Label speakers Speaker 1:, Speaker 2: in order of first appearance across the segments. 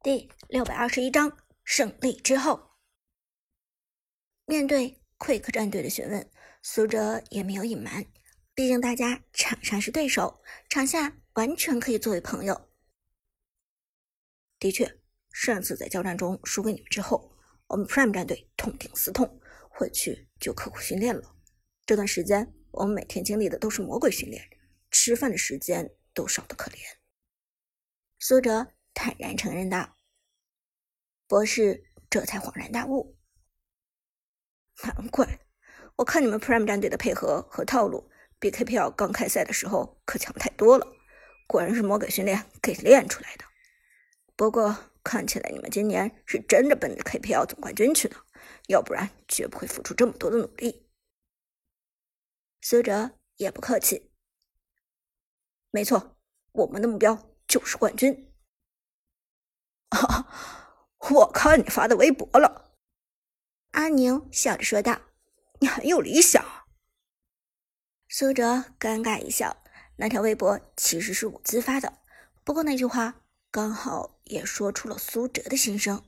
Speaker 1: 第621章胜利之后。面对 Quick 战队的询问，苏哲也没有隐瞒，毕竟大家场上是对手，场下完全可以作为朋友。的确，上次在交战中输给你们之后，我们 Prime 战队痛定思痛，回去就刻苦训练了。这段时间我们每天经历的都是魔鬼训练，吃饭的时间都少得可怜。苏哲坦然承认道。博士这才恍然大悟，难怪我看你们 Prime 战队的配合和套路比 KPL 刚开赛的时候可强太多了，果然是魔鬼训练给练出来的。不过看起来你们今年是真的奔着 KPL 总冠军去的，要不然绝不会付出这么多的努力。苏哲也不客气，没错，我们的目标就是冠军。我看你发的微博了。阿宁笑着说道，你很有理想啊。苏哲尴尬一笑，那条微博其实是我自发的，不过那句话刚好也说出了苏哲的心声。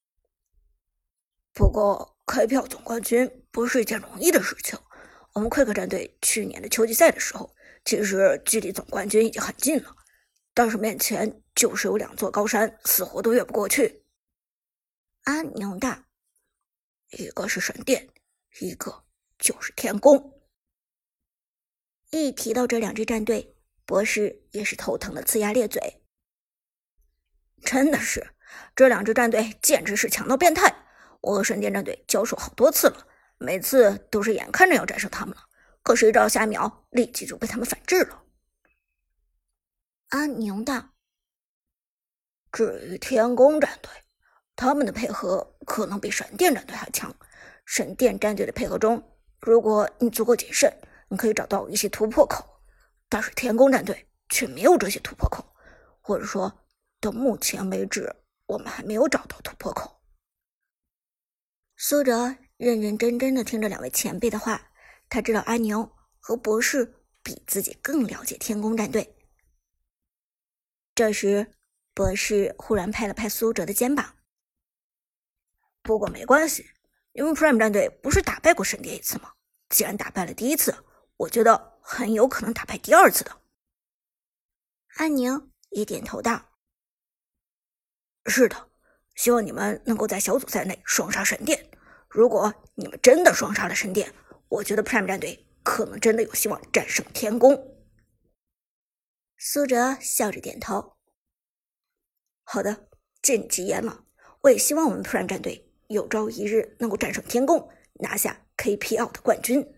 Speaker 1: 不过开票总冠军不是一件容易的事情，我们 Quick 战队去年的秋季赛的时候，其实距离总冠军已经很近了，但是面前就是有两座高山，死活都越不过去。阿宁道，一个是神殿，一个就是天宫。一提到这两支战队，博士也是头疼的呲牙咧嘴。真的是，这两支战队简直是强到变态，我和神殿战队交手好多次了，每次都是眼看着要战胜他们了，可谁知道下一秒立即就被他们反制了。阿宁道，至于天宫战队，他们的配合可能比神殿战队还强。神殿战队的配合中，如果你足够谨慎，你可以找到一些突破口，但是天宫战队却没有这些突破口，或者说到目前为止我们还没有找到突破口。苏哲认认真真的听着两位前辈的话，他知道阿宁和博士比自己更了解天宫战队。这时博士忽然拍了拍苏哲的肩膀，不过没关系，你们 Prime 战队不是打败过神殿一次吗？既然打败了第一次，我觉得很有可能打败第二次的。阿宁也点头道，是的，希望你们能够在小组赛内双杀神殿。如果你们真的双杀了神殿，我觉得 Prime 战队可能真的有希望战胜天宫。苏哲笑着点头，好的，借你吉言了，我也希望我们 Prime 战队有朝一日能够战胜天宫，拿下 KPL 的冠军。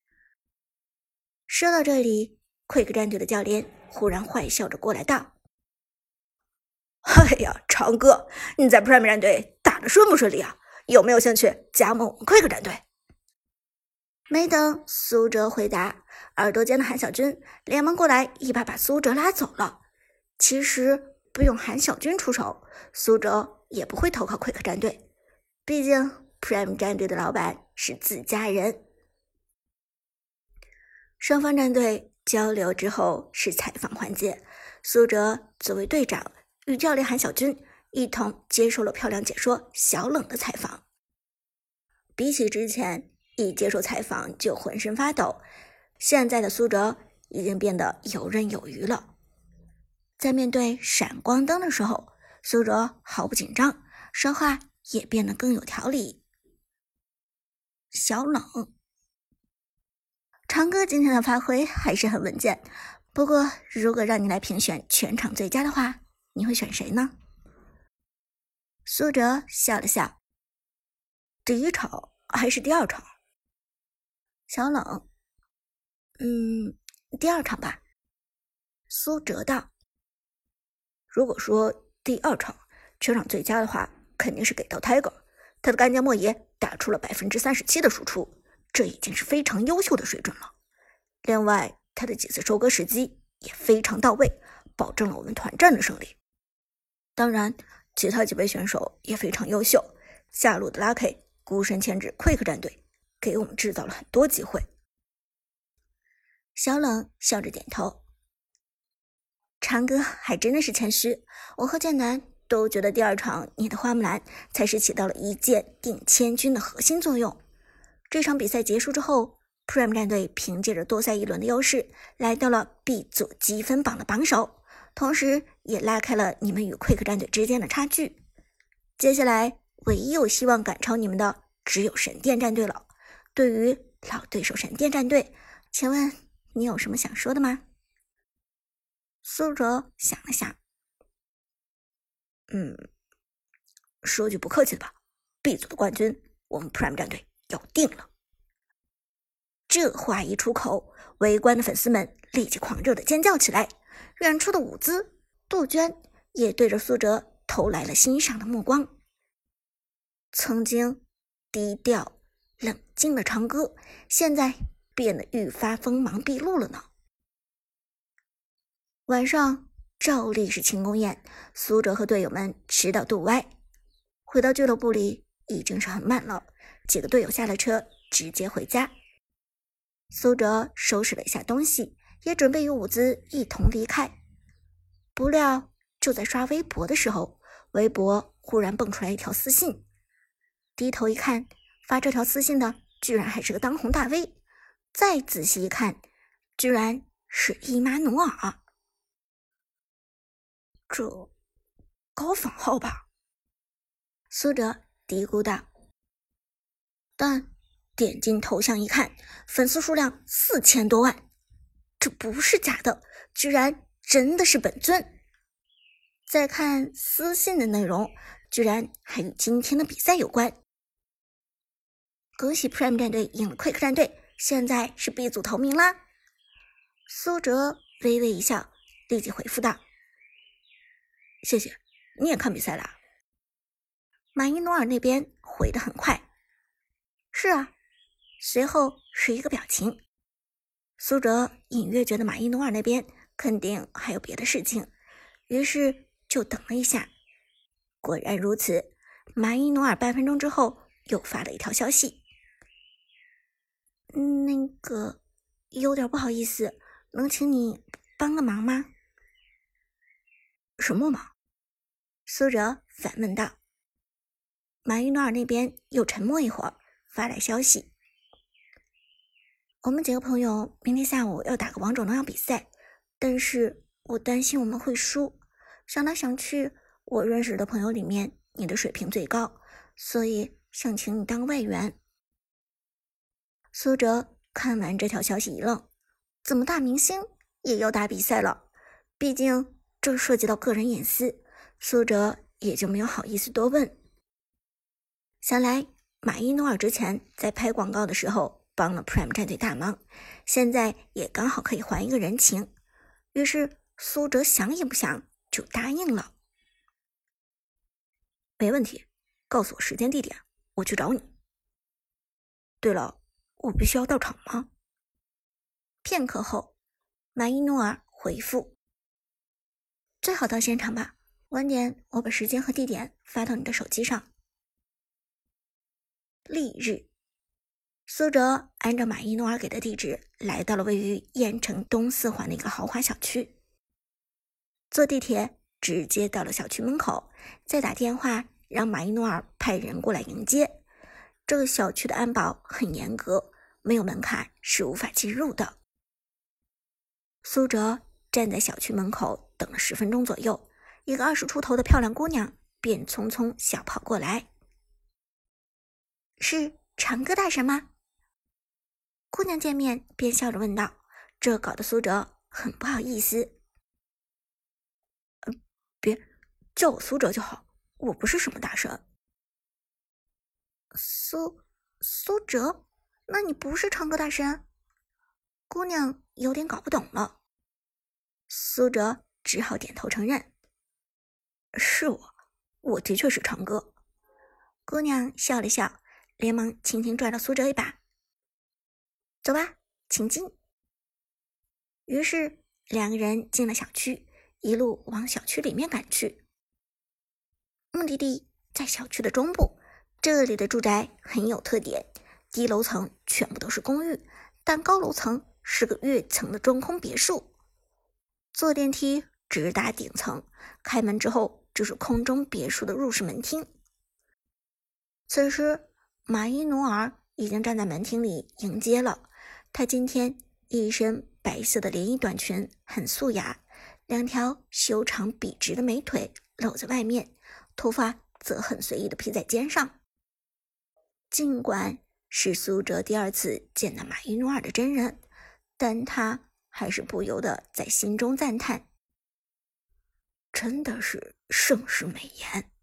Speaker 1: 说到这里 ，Quick 战队的教练忽然坏笑着过来道：“哎呀，长哥，你在 Prime 战队打得顺不顺利啊？有没有兴趣加盟我们 Quick 战队？”没等苏哲回答，耳朵尖的韩小军连忙过来，一把把苏哲拉走了。其实不用韩小军出手，苏哲也不会投靠 Quick 战队，毕竟 Prime 战队的老板是自家人。双方战队交流之后是采访环节，苏哲作为队长与教练韩小军一同接受了漂亮解说小冷的采访。比起之前一接受采访就浑身发抖，现在的苏哲已经变得游刃有余了。在面对闪光灯的时候，苏哲毫不紧张，说话也变得更有条理。小冷，长哥今天的发挥还是很稳健，不过如果让你来评选全场最佳的话，你会选谁呢？苏哲笑了笑，第一场还是第二场？小冷，第二场吧。苏哲道，如果说第二场全场最佳的话，肯定是给到 Tiger， 他的干将莫邪打出了 37% 的输出，这已经是非常优秀的水准了。另外他的几次收割时机也非常到位，保证了我们团战的胜利。当然其他几位选手也非常优秀，下路的 Lucky 孤身牵制 Quick 战队，给我们制造了很多机会。小冷笑着点头，长哥还真的是谦虚，我和剑南都觉得第二场你的花木兰才是起到了一剑定千军的核心作用。这场比赛结束之后，Prime 战队凭借着多赛一轮的优势，来到了 B 组积分榜的榜首，同时也拉开了你们与 Quick 战队之间的差距。接下来唯一有希望赶超你们的只有神殿战队了。对于老对手神殿战队，请问你有什么想说的吗？苏哲想了想，说句不客气的吧， B 组的冠军我们 Prime 战队要定了。这话一出口，围观的粉丝们立即狂热的尖叫起来，远处的舞姿、杜鹃也对着苏哲投来了欣赏的目光。曾经低调冷静的长歌，现在变得愈发锋芒毕露了呢。晚上照例是庆功宴，苏哲和队友们吃到肚歪，回到俱乐部里已经是很晚了，几个队友下了车直接回家。苏哲收拾了一下东西，也准备与伍兹一同离开。不料就在刷微博的时候，微博忽然蹦出来一条私信。低头一看，发这条私信的居然还是个当红大 V。再仔细一看，居然是伊玛努尔。这高仿号吧？苏哲嘀咕道。但点进头像一看，粉丝数量4000多万，这不是假的，居然真的是本尊。再看私信的内容，居然还与今天的比赛有关。恭喜 Prime 战队赢了 Quick 战队，现在是 B 组头名啦。苏哲微微一笑，立即回复道：谢谢，你也看比赛啦？马伊努尔那边回得很快，是啊。随后是一个表情。苏哲隐约觉得马伊努尔那边肯定还有别的事情，于是就等了一下。果然如此，马伊努尔半分钟之后又发了一条消息：那个有点不好意思，能请你帮个忙吗？什么忙？苏哲反问道。马伊努尔那边又沉默一会儿，发来消息：我们几个朋友明天下午要打个王者荣耀比赛，但是我担心我们会输。想来想去，我认识的朋友里面你的水平最高，所以想请你当外援。苏哲看完这条消息一愣，怎么大明星也要打比赛了？毕竟这涉及到个人隐私，苏哲也就没有好意思多问。想来马伊努尔之前在拍广告的时候帮了 Prime 战队大忙，现在也刚好可以还一个人情，于是苏哲想也不想就答应了。没问题，告诉我时间地点，我去找你。对了，我必须要到场吗？片刻后，马伊努尔回复：最好到现场吧，晚点我把时间和地点发到你的手机上。翌日，苏哲按照马伊努尔给的地址来到了位于燕城东4环的一个豪华小区，坐地铁直接到了小区门口，再打电话让马伊努尔派人过来迎接。这个小区的安保很严格，没有门槛是无法进入的。苏哲站在小区门口等了10分钟左右，一个20出头的漂亮姑娘便匆匆小跑过来。是长歌大神吗？姑娘见面便笑着问道，这搞得苏哲很不好意思。别叫我苏哲就好，我不是什么大神。苏哲？那你不是唱歌大神？姑娘有点搞不懂了。苏哲只好点头承认，是我的确是唱歌。姑娘笑了笑，连忙轻轻拽了苏哲一把，走吧，请进。于是两个人进了小区，一路往小区里面赶去。目的地在小区的中部，这里的住宅很有特点，低楼层全部都是公寓，但高楼层是个跃层的中空别墅。坐电梯直达顶层，开门之后就是空中别墅的入室门厅。此时，马伊努尔已经站在门厅里迎接了。他今天一身白色的连衣短裙，很素雅，两条修长笔直的美腿露在外面，头发则很随意地披在肩上。尽管是苏哲第二次见到马伊努尔的真人，但他还是不由得在心中赞叹，真的是盛世美颜。